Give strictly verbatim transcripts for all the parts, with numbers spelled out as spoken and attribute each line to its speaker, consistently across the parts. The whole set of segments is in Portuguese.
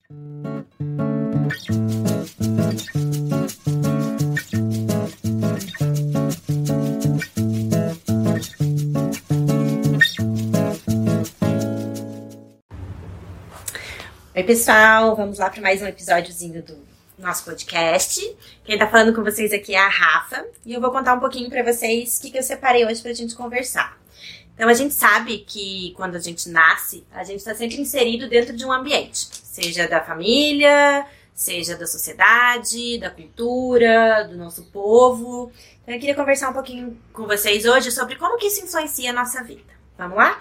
Speaker 1: Oi, pessoal, vamos lá para mais um episódiozinho do nosso podcast. Quem tá falando com vocês aqui é a Rafa e eu vou contar um pouquinho para vocês o que, que eu separei hoje pra gente conversar. Então, a gente sabe que quando a gente nasce, a gente está sempre inserido dentro de um ambiente, seja da família, seja da sociedade, da cultura, do nosso povo. Então, eu queria conversar um pouquinho com vocês hoje sobre como que isso influencia a nossa vida. Vamos lá?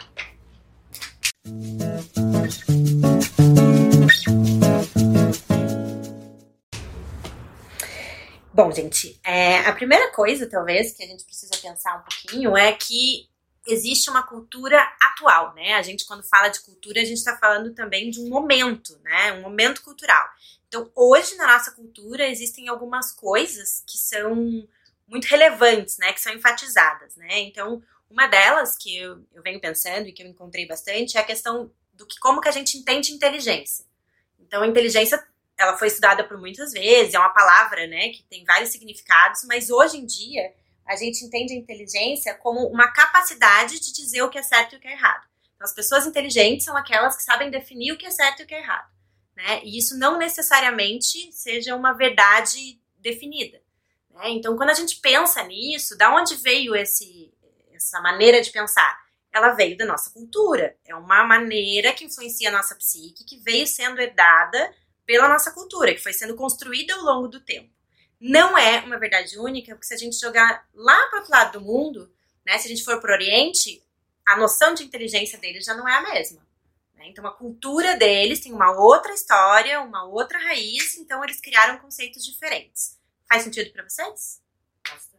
Speaker 1: Bom, gente, é, a primeira coisa, talvez, que a gente precisa pensar um pouquinho é que existe uma cultura atual, né? A gente, quando fala de cultura, a gente está falando também de um momento, né? Um momento cultural. Então, hoje, na nossa cultura, existem algumas coisas que são muito relevantes, né? Que são enfatizadas, né? Então, uma delas que eu, eu venho pensando e que eu encontrei bastante é a questão do que, como que a gente entende inteligência. Então, a inteligência, ela foi estudada por muitas vezes, é uma palavra, né, que tem vários significados, mas hoje em dia a gente entende a inteligência como uma capacidade de dizer o que é certo e o que é errado. Então, as pessoas inteligentes são aquelas que sabem definir o que é certo e o que é errado, né? E isso não necessariamente seja uma verdade definida, né? Então, quando a gente pensa nisso, da onde veio esse, essa maneira de pensar? Ela veio da nossa cultura, é uma maneira que influencia a nossa psique, que veio sendo herdada pela nossa cultura, que foi sendo construída ao longo do tempo. Não é uma verdade única, porque se a gente jogar lá para o outro lado do mundo, né, se a gente for para o Oriente, a noção de inteligência deles já não é a mesma, né? Então, a cultura deles tem uma outra história, uma outra raiz, então eles criaram conceitos diferentes. Faz sentido para vocês?
Speaker 2: Bastante.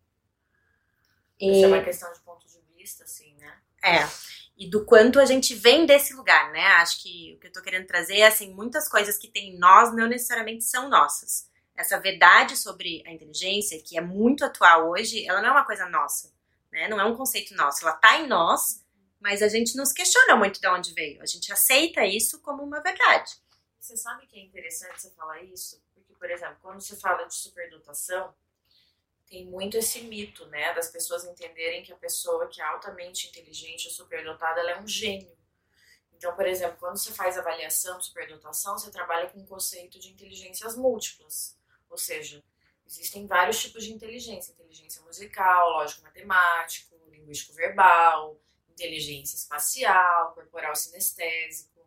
Speaker 1: E...
Speaker 2: Isso é uma questão de ponto de vista, assim, né?
Speaker 1: É. E do quanto a gente vem desse lugar, né? Acho que o que eu tô querendo trazer é, assim, muitas coisas que tem em nós não necessariamente são nossas. Essa verdade sobre a inteligência, que é muito atual hoje, ela não é uma coisa nossa, né? Não é um conceito nosso. Ela tá em nós, mas a gente não se questiona muito de onde veio. A gente aceita isso como uma verdade.
Speaker 2: Você sabe que é interessante você falar isso? Porque, por exemplo, quando você fala de superdotação, tem muito esse mito, né, das pessoas entenderem que a pessoa que é altamente inteligente ou superdotada, ela é um gênio. Então, por exemplo, quando você faz avaliação de superdotação, você trabalha com o conceito de inteligências múltiplas. Ou seja, existem vários tipos de inteligência. Inteligência musical, lógico-matemático, linguístico-verbal, inteligência espacial, corporal sinestésico.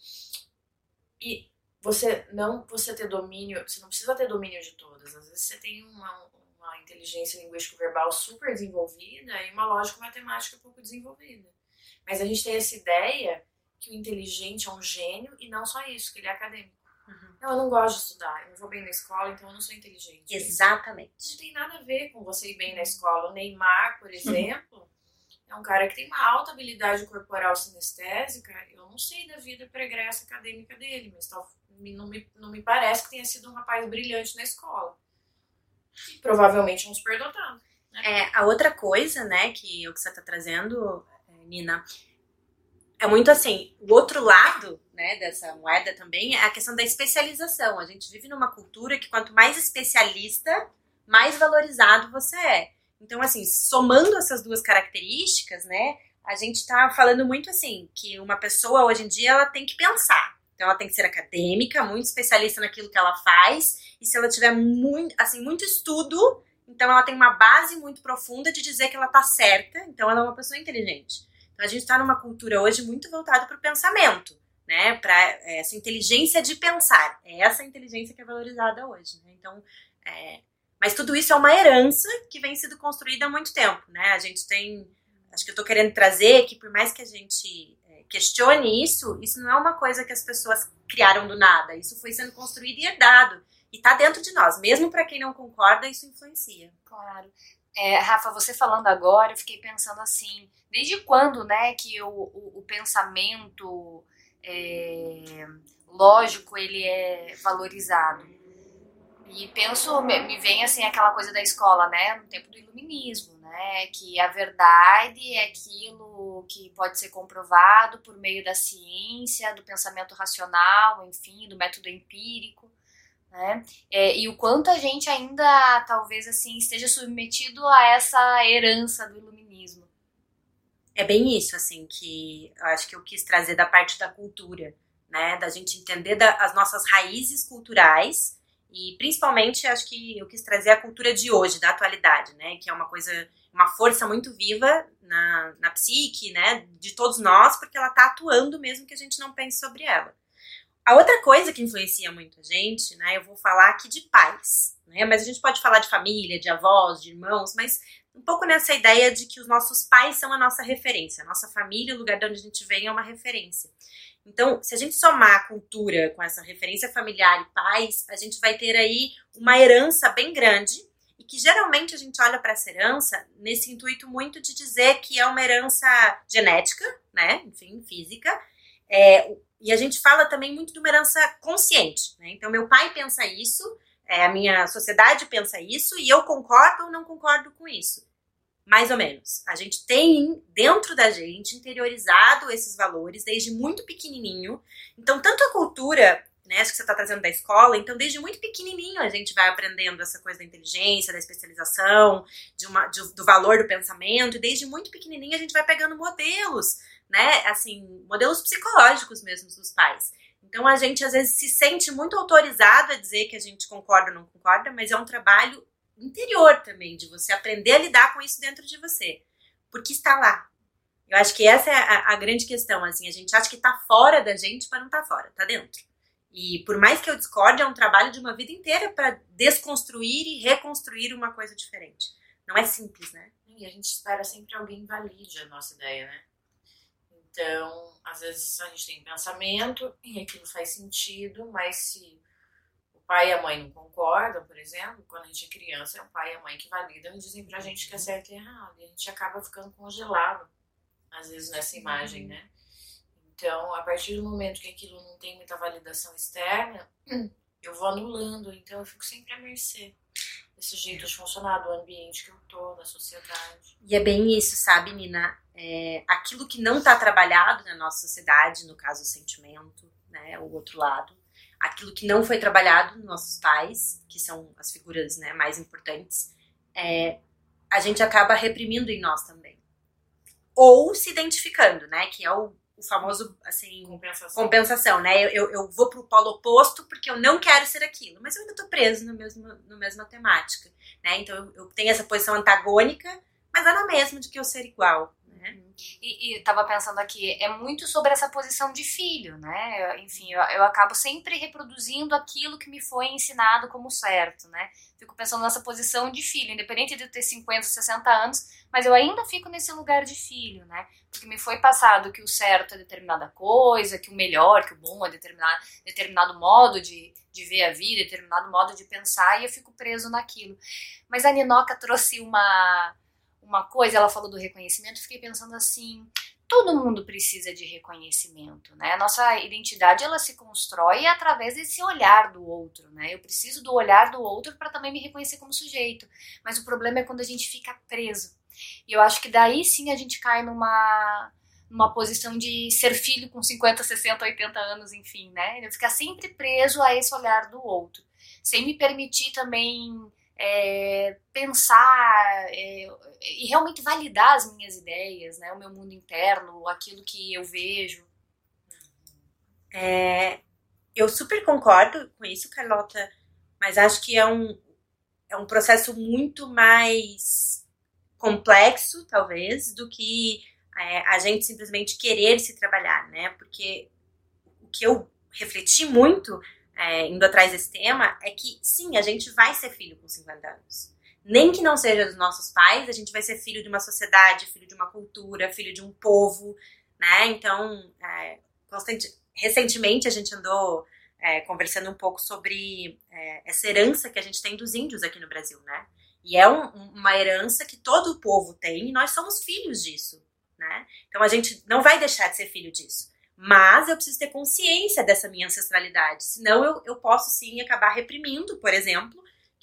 Speaker 2: E você não você ter domínio, você não precisa ter domínio de todas. Às vezes você tem uma... uma inteligência linguístico-verbal super desenvolvida e uma lógico-matemática pouco desenvolvida. Mas a gente tem essa ideia que o inteligente é um gênio e não só isso, que ele é acadêmico. Uhum. Não, eu não gosto de estudar, eu não vou bem na escola, então eu não sou inteligente.
Speaker 1: Exatamente.
Speaker 2: Não tem nada a ver com você ir bem na escola. O Neymar, por exemplo, uhum. é um cara que tem uma alta habilidade corporal sinestésica. Eu não sei da vida pregressa acadêmica dele, mas tal, não, me, não me parece que tenha sido um rapaz brilhante na escola. E provavelmente um superdotado. Né?
Speaker 1: É, a outra coisa, né, que o que você tá trazendo, Nina, é muito assim, o outro lado, né, dessa moeda também é a questão da especialização. A gente vive numa cultura que quanto mais especialista, mais valorizado você é. Então, assim, somando essas duas características, né, a gente tá falando muito assim, que uma pessoa hoje em dia, ela tem que pensar. Então, ela tem que ser acadêmica, muito especialista naquilo que ela faz. E se ela tiver muito, assim, muito estudo, então ela tem uma base muito profunda de dizer que ela tá certa. Então, ela é uma pessoa inteligente. Então, a gente tá numa cultura hoje muito voltada para o pensamento, né? Para essa inteligência de pensar. É essa inteligência que é valorizada hoje, né? Então, é... mas tudo isso é uma herança que vem sendo construída há muito tempo, né? A gente tem... Acho que eu tô querendo trazer que por mais que a gente... questione isso, isso não é uma coisa que as pessoas criaram do nada, isso foi sendo construído e herdado, e tá dentro de nós, mesmo para quem não concorda, isso influencia.
Speaker 3: Claro. É, Rafa, você falando agora, eu fiquei pensando assim, desde quando, né, que o, o, o pensamento é, lógico, ele é valorizado? E penso, me vem assim aquela coisa da escola, né, no tempo do iluminismo, né, que a verdade é aquilo aquilo que pode ser comprovado por meio da ciência, do pensamento racional, enfim, do método empírico, né? É, e o quanto a gente ainda, talvez, assim, esteja submetido a essa herança do iluminismo.
Speaker 1: É bem isso, assim, que eu acho que eu quis trazer da parte da cultura, né? Da gente entender da, as nossas raízes culturais e, principalmente, acho que eu quis trazer a cultura de hoje, da atualidade, né? Que é uma coisa, uma força muito viva na, na psique, né? De todos nós, porque ela tá atuando mesmo que a gente não pense sobre ela. A outra coisa que influencia muito a gente, né? Eu vou falar aqui de pais, né? Mas a gente pode falar de família, de avós, de irmãos, mas um pouco nessa ideia de que os nossos pais são a nossa referência, a nossa família, o lugar de onde a gente vem é uma referência. Então, se a gente somar a cultura com essa referência familiar e pais, a gente vai ter aí uma herança bem grande e que geralmente a gente olha para essa herança nesse intuito muito de dizer que é uma herança genética, né, enfim, física, é, e a gente fala também muito de uma herança consciente, né, então meu pai pensa isso, é, a minha sociedade pensa isso e eu concordo ou não concordo com isso. Mais ou menos. A gente tem dentro da gente interiorizado esses valores desde muito pequenininho. Então, tanto a cultura, né, acho que você está trazendo da escola, então desde muito pequenininho a gente vai aprendendo essa coisa da inteligência, da especialização, de uma, de, do valor do pensamento, e desde muito pequenininho a gente vai pegando modelos, né, assim, modelos psicológicos mesmo dos pais. Então, a gente às vezes se sente muito autorizado a dizer que a gente concorda ou não concorda, mas é um trabalho interior também, de você aprender a lidar com isso dentro de você, porque está lá. Eu acho que essa é a, a grande questão, assim, a gente acha que está fora da gente, mas não está fora, está dentro. E por mais que eu discorde, é um trabalho de uma vida inteira para desconstruir e reconstruir uma coisa diferente. Não é simples, né?
Speaker 2: E a gente espera sempre alguém valide a nossa ideia, né? Então, às vezes a gente tem pensamento e aquilo faz sentido, mas se o pai e a mãe não concordam, por exemplo, quando a gente é criança, é o pai e a mãe que validam e dizem pra gente que é certo e errado. E a gente acaba ficando congelado, às vezes, nessa imagem, uhum. né? Então, a partir do momento que aquilo não tem muita validação externa, eu vou anulando. Então, eu fico sempre à mercê desse jeito de funcionar, do ambiente que eu tô, da sociedade.
Speaker 1: E é bem isso, sabe, Nina? É, aquilo que não tá trabalhado na nossa sociedade, no caso, o sentimento, né, o outro lado, aquilo que não foi trabalhado nos nossos pais, que são as figuras, né, mais importantes, é, a gente acaba reprimindo em nós também. Ou se identificando, né, que é o, o famoso, assim,
Speaker 2: compensação,
Speaker 1: compensação né, eu, eu, eu vou pro polo oposto porque eu não quero ser aquilo, mas eu ainda tô preso no mesmo, no mesma temática, né, então eu, eu tenho essa posição antagônica, mas dá na mesma de que eu ser igual.
Speaker 3: E, e tava pensando aqui, é muito sobre essa posição de filho, né? Eu, enfim, eu, eu acabo sempre reproduzindo aquilo que me foi ensinado como certo, né? Fico pensando nessa posição de filho, independente de eu ter cinquenta, sessenta anos, mas eu ainda fico nesse lugar de filho, né? Porque me foi passado que o certo é determinada coisa, que o melhor, que o bom é determinado, determinado modo de, de ver a vida, determinado modo de pensar, e eu fico preso naquilo. Mas a Ninoca trouxe uma... uma coisa, ela falou do reconhecimento, fiquei pensando assim, todo mundo precisa de reconhecimento, né? A nossa identidade, ela se constrói através desse olhar do outro, né? Eu preciso do olhar do outro para também me reconhecer como sujeito, mas o problema é quando a gente fica preso. E eu acho que daí sim a gente cai numa, numa posição de ser filho com cinquenta, sessenta, oitenta anos, enfim, né? Eu ficar sempre preso a esse olhar do outro, sem me permitir também... É, pensar é, e realmente validar as minhas ideias, né, o meu mundo interno, aquilo que eu vejo.
Speaker 1: É, eu super concordo com isso, Carlota, mas acho que é um, é um processo muito mais complexo, talvez, do que é, a gente simplesmente querer se trabalhar, né, porque o que eu refleti muito É, indo atrás desse tema, é que sim, a gente vai ser filho com cinquenta anos. Nem que não seja dos nossos pais, a gente vai ser filho de uma sociedade, filho de uma cultura, filho de um povo, né? Então, é, constante, recentemente a gente andou é, conversando um pouco sobre é, essa herança que a gente tem dos índios aqui no Brasil, né? E é um, uma herança que todo o povo tem e nós somos filhos disso, né? Então a gente não vai deixar de ser filho disso. Mas eu preciso ter consciência dessa minha ancestralidade, senão eu, eu posso sim acabar reprimindo, por exemplo,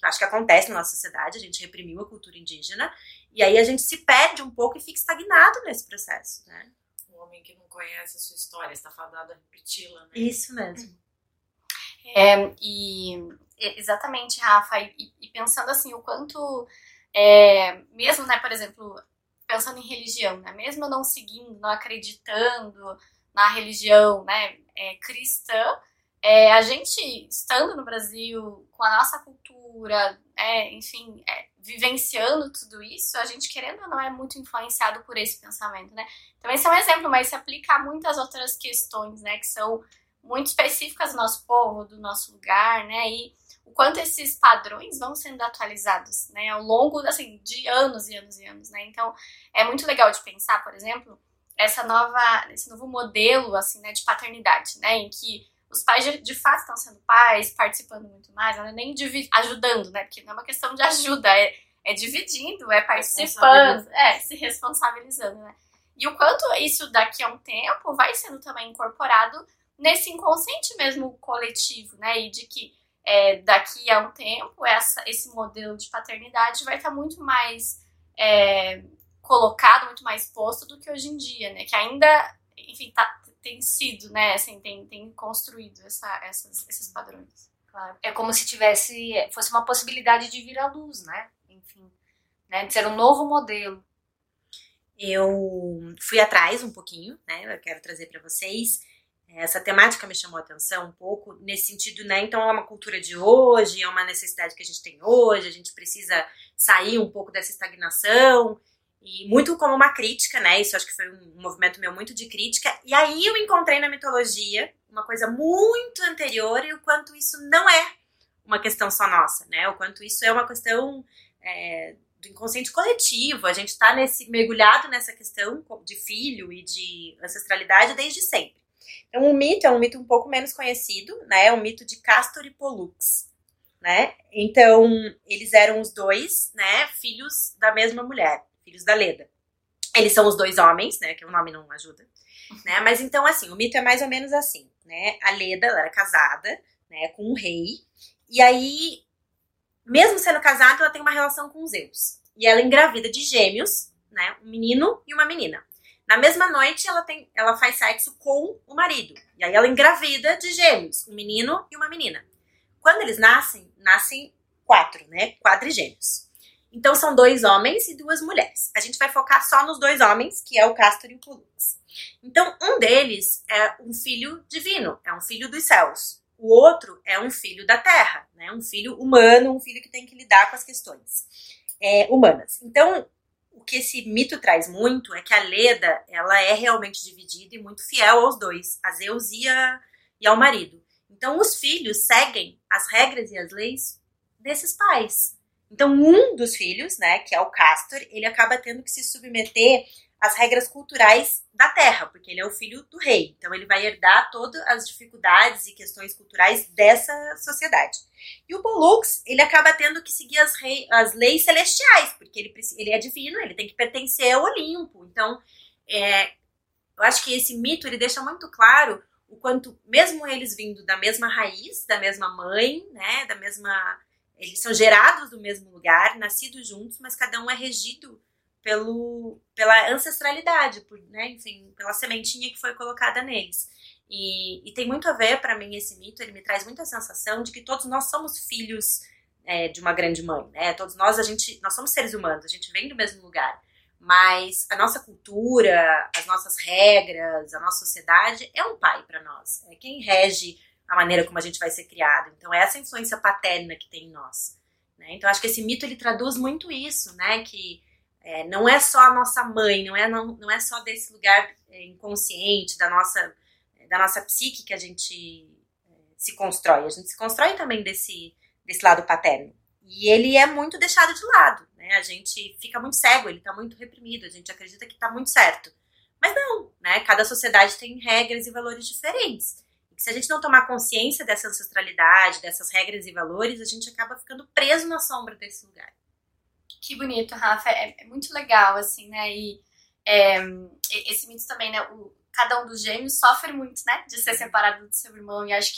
Speaker 1: que eu acho que acontece na nossa sociedade, a gente reprimiu a cultura indígena, e aí a gente se perde um pouco e fica estagnado nesse processo, né?
Speaker 2: Um homem que não conhece a sua história, está fadado a repeti-la, né?
Speaker 1: Isso mesmo.
Speaker 3: É, e exatamente, Rafa, e, e pensando assim, o quanto, é, mesmo, né, por exemplo, pensando em religião, né, mesmo não seguindo, não acreditando na religião, né, é, cristã, é, a gente estando no Brasil, com a nossa cultura, é, enfim, é, vivenciando tudo isso, a gente querendo ou não é muito influenciado por esse pensamento, né? Então esse é um exemplo, mas se aplica a muitas outras questões, né, que são muito específicas do nosso povo, do nosso lugar, né, e o quanto esses padrões vão sendo atualizados, né, ao longo, assim, de anos e anos e anos, né, então é muito legal de pensar, por exemplo, essa nova, esse novo modelo, assim, né, de paternidade, né, em que os pais de, de fato estão sendo pais, participando muito mais, não é nem divi- ajudando, né? Porque não é uma questão de ajuda, é, é dividindo, é participando, é, se responsabilizando, né? E o quanto isso daqui a um tempo vai sendo também incorporado nesse inconsciente mesmo coletivo, né? E de que é, daqui a um tempo essa, esse modelo de paternidade vai estar muito mais é, colocado, muito mais posto do que hoje em dia, né? Que ainda, enfim, tá tem sido, né, assim, tem, tem construído essa, essas, esses padrões.
Speaker 4: Claro. É como se tivesse, fosse uma possibilidade de vir à luz, né, enfim, né, de ser um novo modelo.
Speaker 1: Eu fui atrás um pouquinho, né, eu quero trazer para vocês, essa temática me chamou a atenção um pouco, nesse sentido, né, então é uma cultura de hoje, é uma necessidade que a gente tem hoje, a gente precisa sair um pouco dessa estagnação, e muito como uma crítica, né, isso acho que foi um movimento meu muito de crítica, e aí eu encontrei na mitologia uma coisa muito anterior e o quanto isso não é uma questão só nossa, né, o quanto isso é uma questão é, do inconsciente coletivo, a gente tá nesse, mergulhado nessa questão de filho e de ancestralidade desde sempre. Então o mito é um mito um pouco menos conhecido, né, é o mito de Castor e Pollux, né, então eles eram os dois, né, filhos da mesma mulher, filhos da Leda. Eles são os dois homens, né, que o nome não ajuda, né, mas então assim, o mito é mais ou menos assim, né, a Leda, ela era casada, né, com um rei, e aí, mesmo sendo casada, ela tem uma relação com Zeus, e ela engravida de gêmeos, né, um menino e uma menina. Na mesma noite, ela, tem, ela faz sexo com o marido, e aí ela engravida de gêmeos, um menino e uma menina. Quando eles nascem, nascem quatro, né, quadrigêmeos. Então são dois homens e duas mulheres. A gente vai focar só nos dois homens, que é o Castor e o Pollux. Então um deles é um filho divino, é um filho dos céus. O outro é um filho da terra, né? Um filho humano, um filho que tem que lidar com as questões é, humanas. Então o que esse mito traz muito é que a Leda, ela é realmente dividida e muito fiel aos dois, a Zeus e, a, e ao marido. Então os filhos seguem as regras e as leis desses pais. Então, um dos filhos, né, que é o Castor, ele acaba tendo que se submeter às regras culturais da terra, porque ele é o filho do rei. Então, ele vai herdar todas as dificuldades e questões culturais dessa sociedade. E o Pollux, ele acaba tendo que seguir as, rei, as leis celestiais, porque ele, ele é divino, ele tem que pertencer ao Olimpo. Então, é, eu acho que esse mito, ele deixa muito claro o quanto, mesmo eles vindo da mesma raiz, da mesma mãe, né, da mesma... Eles são gerados do mesmo lugar, nascidos juntos, mas cada um é regido pelo, pela ancestralidade, por, né, enfim, pela sementinha que foi colocada neles. E, e tem muito a ver, para mim, esse mito, ele me traz muita sensação de que todos nós somos filhos é, de uma grande mãe, né? Todos nós, a gente, nós somos seres humanos, a gente vem do mesmo lugar. Mas a nossa cultura, as nossas regras, a nossa sociedade é um pai para nós. É quem rege a maneira como a gente vai ser criado. Então é essa influência paterna que tem em nós, né? Então acho que esse mito ele traduz muito isso, né? Que é, não é só a nossa mãe, não é, não, não é só desse lugar é, inconsciente, da nossa, da nossa psique que a gente é, se constrói. A gente se constrói também desse, desse lado paterno. E ele é muito deixado de lado, né? A gente fica muito cego, ele está muito reprimido, a gente acredita que está muito certo. Mas não, né? Cada sociedade tem regras e valores diferentes. Se a gente não tomar consciência dessa ancestralidade, dessas regras e valores, a gente acaba ficando preso na sombra desse lugar.
Speaker 3: Que bonito, Rafa. É, é muito legal, assim, né? E é, esse mito também, né? O, cada um dos gêmeos sofre muito, né? De ser separado do seu irmão. E acho que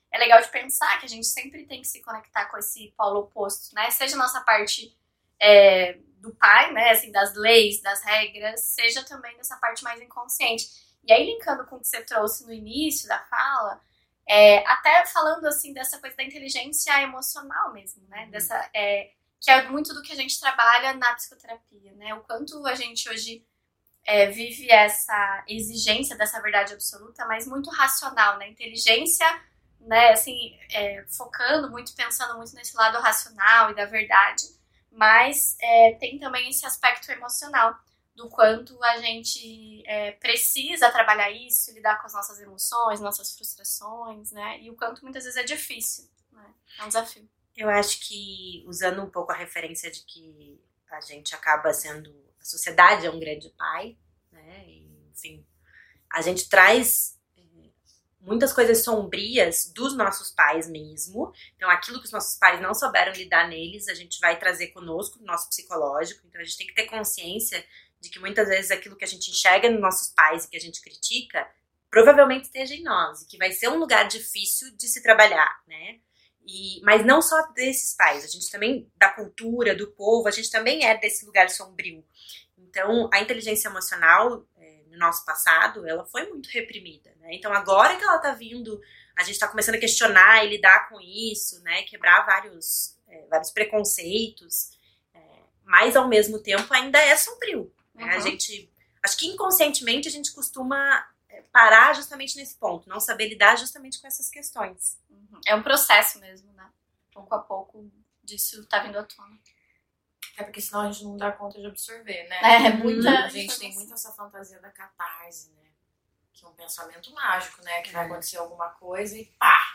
Speaker 5: é legal de pensar que a gente sempre tem que se conectar com esse polo oposto, né? Seja a nossa parte é, do pai, né? Assim, das leis, das regras, seja também dessa parte mais inconsciente. E aí, linkando com o que você trouxe no início da fala, é, até falando, assim, dessa coisa da inteligência emocional mesmo, né? Uhum. Dessa, é, que é muito do que a gente trabalha na psicoterapia, né? O quanto a gente hoje é, vive essa exigência dessa verdade absoluta, mas muito racional, né? Inteligência, né? Assim, é, focando muito, pensando muito nesse lado racional e da verdade, mas é, tem também esse aspecto emocional, do quanto a gente é, precisa trabalhar isso, lidar com as nossas emoções, nossas frustrações, né? E o quanto muitas vezes é difícil, né? É um desafio.
Speaker 1: Eu acho que, usando um pouco a referência de que a gente acaba sendo... A sociedade é um grande pai, né? E, enfim, a gente traz muitas coisas sombrias dos nossos pais mesmo. Então, aquilo que os nossos pais não souberam lidar neles, a gente vai trazer conosco, no nosso psicológico. Então, a gente tem que ter consciência de que muitas vezes aquilo que a gente enxerga nos nossos pais e que a gente critica, provavelmente esteja em nós. E que vai ser um lugar difícil de se trabalhar, né? E, mas não só desses pais, a gente também, da cultura, do povo, a gente também é desse lugar sombrio. Então, a inteligência emocional, é, no nosso passado, ela foi muito reprimida, né? Então, agora que ela tá vindo, a gente tá começando a questionar e lidar com isso, né? Quebrar vários, é, vários preconceitos, é, mas, ao mesmo tempo, ainda é sombrio. Né? Uhum. A gente, acho que inconscientemente a gente costuma parar justamente nesse ponto, não saber lidar justamente com essas questões.
Speaker 5: É um processo mesmo, né? Pouco a pouco disso tá vindo à tona.
Speaker 2: É porque senão a gente não dá conta de absorver, né?
Speaker 5: É, muita...
Speaker 2: A gente tem muito essa fantasia da catarse, né? Que é um pensamento mágico, né? Que vai acontecer alguma coisa e pá!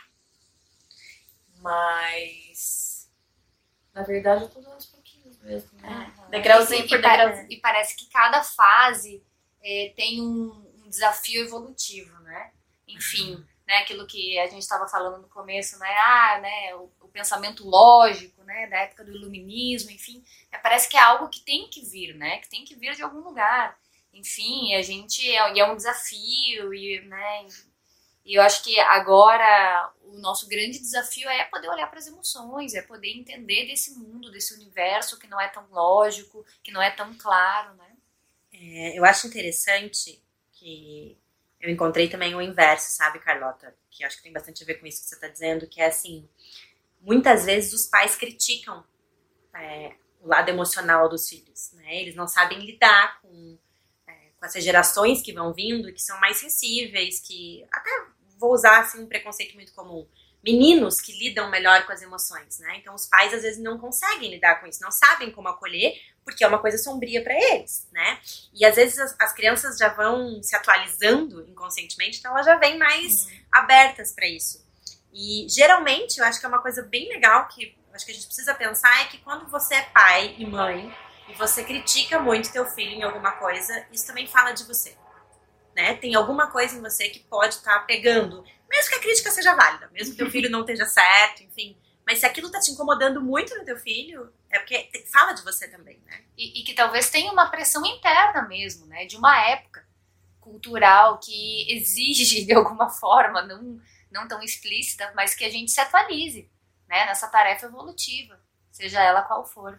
Speaker 2: Mas... Na verdade, eu tô dando aos pouquinhos mesmo, né?
Speaker 5: É, degrauzinho por degrauzinho.
Speaker 3: E parece que cada fase é, tem um, um desafio evolutivo, né? Enfim... Uhum. Né, aquilo que a gente estava falando no começo, né, ah, né, o, o pensamento lógico, né, da época do iluminismo, enfim, é, parece que é algo que tem que vir, né, que tem que vir de algum lugar, enfim, a gente, é, e é um desafio, e, né, e eu acho que agora o nosso grande desafio é poder olhar para as emoções, é poder entender desse mundo, desse universo que não é tão lógico, que não é tão claro, né.
Speaker 1: É, eu acho interessante que eu encontrei também o inverso, sabe, Carlota? Que acho que tem bastante a ver com isso que você está dizendo, que é assim, muitas vezes os pais criticam é, o lado emocional dos filhos, né? Eles não sabem lidar com, é, com essas gerações que vão vindo, que são mais sensíveis, que até vou usar assim, um preconceito muito comum, meninos que lidam melhor com as emoções, né? Então os pais às vezes não conseguem lidar com isso, não sabem como acolher, porque é uma coisa sombria para eles, né? E às vezes as, as crianças já vão se atualizando inconscientemente, então elas já vêm mais uhum. abertas para isso. E geralmente, eu acho que é uma coisa bem legal que eu acho que a gente precisa pensar é que quando você é pai e mãe e você critica muito teu filho em alguma coisa, isso também fala de você, né? Tem alguma coisa em você que pode estar tá pegando, mesmo que a crítica seja válida, mesmo que teu filho não esteja certo, enfim. Mas se aquilo tá te incomodando muito no teu filho, é porque fala de você também, né?
Speaker 3: E, e que talvez tenha uma pressão interna mesmo, né? De uma época cultural que exige, de alguma forma, não, não tão explícita, mas que a gente se atualize, né? Nessa tarefa evolutiva, seja ela qual for.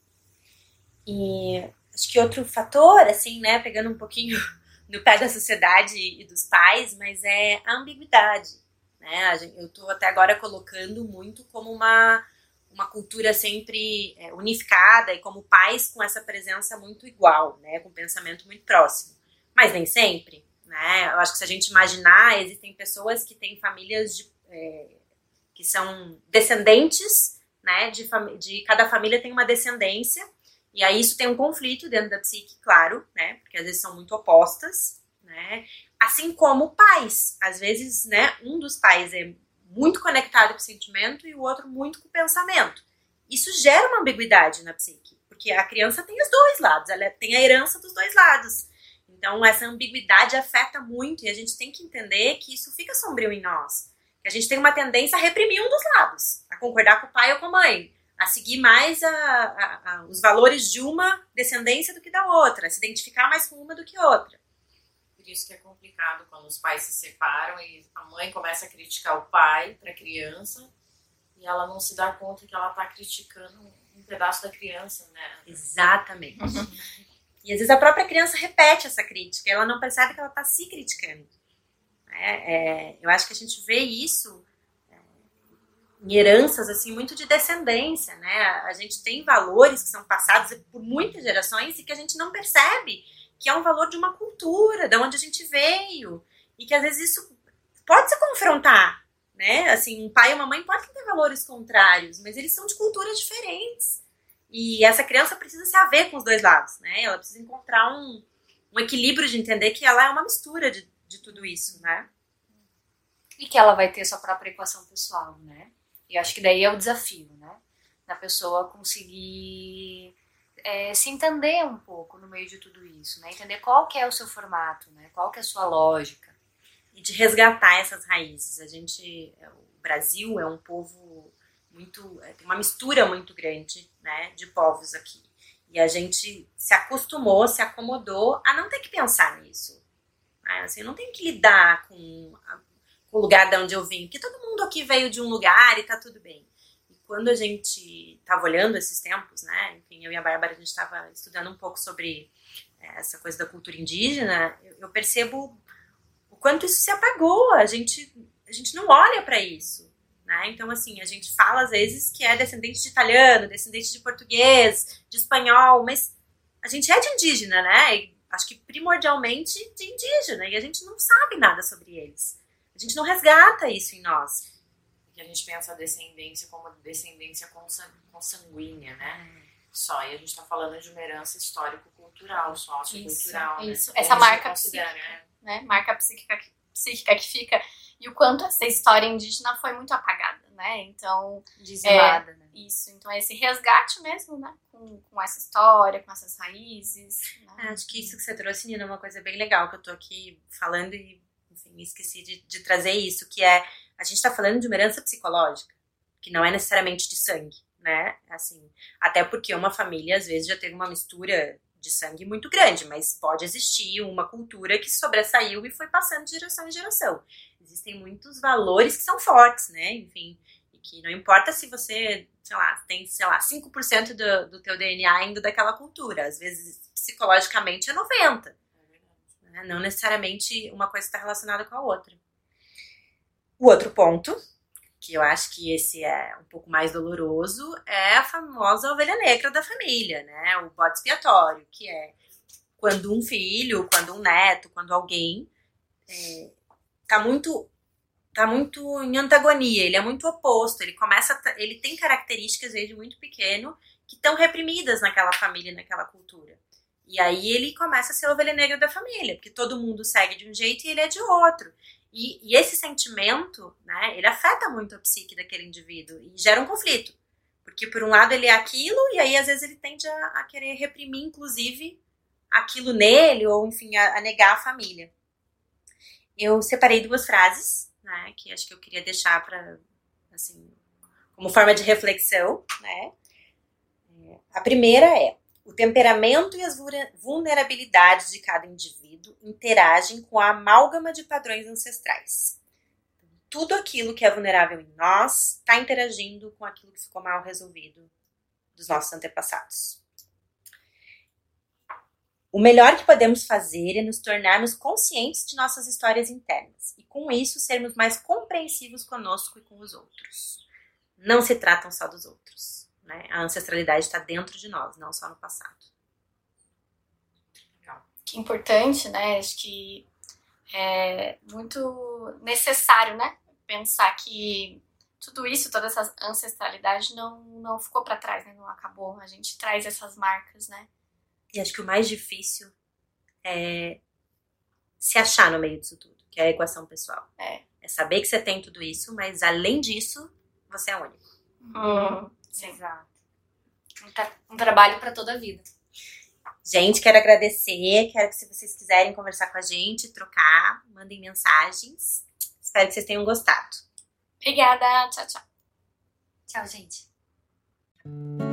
Speaker 1: E acho que outro fator, assim, né? Pegando um pouquinho no pé da sociedade e dos pais, mas é a ambiguidade. Né? Eu estou até agora colocando muito como uma, uma cultura sempre é, unificada e como pais com essa presença muito igual, né? Com um pensamento muito próximo. Mas nem sempre. Né? Eu acho que se a gente imaginar, existem pessoas que têm famílias de, é, que são descendentes, né? de, fam- de cada família tem uma descendência, e aí isso tem um conflito dentro da psique, claro, né? Porque às vezes são muito opostas, né? Assim como pais, às vezes, né, um dos pais é muito conectado com o sentimento e o outro muito com o pensamento. Isso gera uma ambiguidade na psique, porque a criança tem os dois lados, ela tem a herança dos dois lados. Então, essa ambiguidade afeta muito e a gente tem que entender que isso fica sombrio em nós. Que a gente tem uma tendência a reprimir um dos lados, a concordar com o pai ou com a mãe, a seguir mais a, a, a, os valores de uma descendência do que da outra, a se identificar mais com uma do que outra.
Speaker 2: por isso que é complicado quando os pais se separam e a mãe começa a criticar o pai para a criança e ela não se dá conta que ela está criticando um pedaço da criança, né?
Speaker 1: Exatamente. E às vezes a própria criança repete essa crítica, ela não percebe que ela está se criticando. É, é, eu acho que a gente vê isso é, em heranças assim, muito de descendência, né? A gente tem valores que são passados por muitas gerações e que a gente não percebe que é um valor de uma cultura, de onde a gente veio, e que às vezes isso pode se confrontar, né? Assim, um pai e uma mãe podem ter valores contrários, mas eles são de culturas diferentes. E essa criança precisa se haver com os dois lados, né? Ela precisa encontrar um, um equilíbrio de entender que ela é uma mistura de, de tudo isso, né?
Speaker 3: E que ela vai ter sua própria equação pessoal, né? E acho que daí é o desafio, né? Da pessoa conseguir é, se entender um pouco no meio de tudo isso, né? Entender qual que é o seu formato, né? Qual que é a sua lógica.
Speaker 1: E de resgatar essas raízes. A gente, o Brasil é um povo muito, tem uma mistura muito grande, né, de povos aqui. E a gente se acostumou, se acomodou a não ter que pensar nisso. Né? Assim, eu não tenho que lidar com, a, com o lugar de onde eu vim, porque todo mundo aqui veio de um lugar e tá tudo bem. E quando a gente estava olhando esses tempos, né, enfim, eu e a Bárbara, a gente estava estudando um pouco sobre é, essa coisa da cultura indígena, eu, eu percebo o quanto isso se apagou. A gente, a gente não olha para isso. Né? Então, assim, a gente fala às vezes que é descendente de italiano, descendente de português, de espanhol, mas a gente é de indígena, né? E acho que primordialmente de indígena, e a gente não sabe nada sobre eles. A gente não resgata isso em nós.
Speaker 2: Porque a gente pensa a descendência como descendência consanguínea, né? Hum. Só, e a gente tá falando de uma herança histórico-cultural, sociocultural.
Speaker 5: Isso,
Speaker 2: né?
Speaker 5: isso. Essa marca psíquica, né? né? Marca psíquica, psíquica que fica... E o quanto essa história indígena foi muito apagada, né? Então...
Speaker 3: Dizimada,
Speaker 5: é,
Speaker 3: né?
Speaker 5: Isso. Então, é esse resgate mesmo, né? Com, com essa história, com essas raízes. Né?
Speaker 1: Acho que isso que você trouxe, Nina, é uma coisa bem legal, que eu tô aqui falando e, enfim, esqueci de, de trazer isso, que é, a gente tá falando de uma herança psicológica, que não é necessariamente de sangue, né? Assim, até porque uma família, às vezes, já teve uma mistura de sangue muito grande, mas pode existir uma cultura que sobressaiu e foi passando de geração em geração. Existem muitos valores que são fortes, né? Enfim, e que não importa se você, sei lá, tem, sei lá, cinco por cento do, do teu D N A indo daquela cultura. Às vezes, psicologicamente, é noventa por cento. Né? Não necessariamente uma coisa está relacionada com a outra. O outro ponto, que eu acho que esse é um pouco mais doloroso, é a famosa ovelha negra da família, né? O bode expiatório, que é quando um filho, quando um neto, quando alguém é, tá muito tá muito em antagonia, ele é muito oposto, ele começa a, ele tem características desde muito pequeno que estão reprimidas naquela família, naquela cultura. E aí ele começa a ser a ovelha negra da família, porque todo mundo segue de um jeito e ele é de outro. E, e esse sentimento, né, ele afeta muito a psique daquele indivíduo e gera um conflito. Porque por um lado ele é aquilo e aí às vezes ele tende a, a querer reprimir, inclusive, aquilo nele ou, enfim, a, a negar a família. Eu separei duas frases, né, que acho que eu queria deixar para, assim, como forma de reflexão, né. A primeira é: o temperamento e as vulnerabilidades de cada indivíduo interagem com a amálgama de padrões ancestrais. Tudo aquilo que é vulnerável em nós está interagindo com aquilo que ficou mal resolvido dos nossos antepassados. O melhor que podemos fazer é nos tornarmos conscientes de nossas histórias internas e, com isso, sermos mais compreensivos conosco e com os outros. Não se tratam só dos outros. Né? A ancestralidade está dentro de nós, não só no passado.
Speaker 5: Legal. Que importante, né? Acho que é muito necessário, né? Pensar que tudo isso, toda essa ancestralidade não, não ficou para trás, né? Não acabou. A gente traz essas marcas, né?
Speaker 1: E acho que o mais difícil é se achar no meio disso tudo, que é a equação pessoal.
Speaker 5: É,
Speaker 1: é saber que você tem tudo isso, mas além disso, você é único.
Speaker 5: Hum.
Speaker 3: Sim. Exato. Um, tra- um trabalho para toda a vida.
Speaker 1: Gente, quero agradecer. Quero que, se vocês quiserem conversar com a gente, trocar, mandem mensagens. Espero que vocês tenham gostado.
Speaker 5: Obrigada. Tchau, tchau.
Speaker 3: Tchau, gente.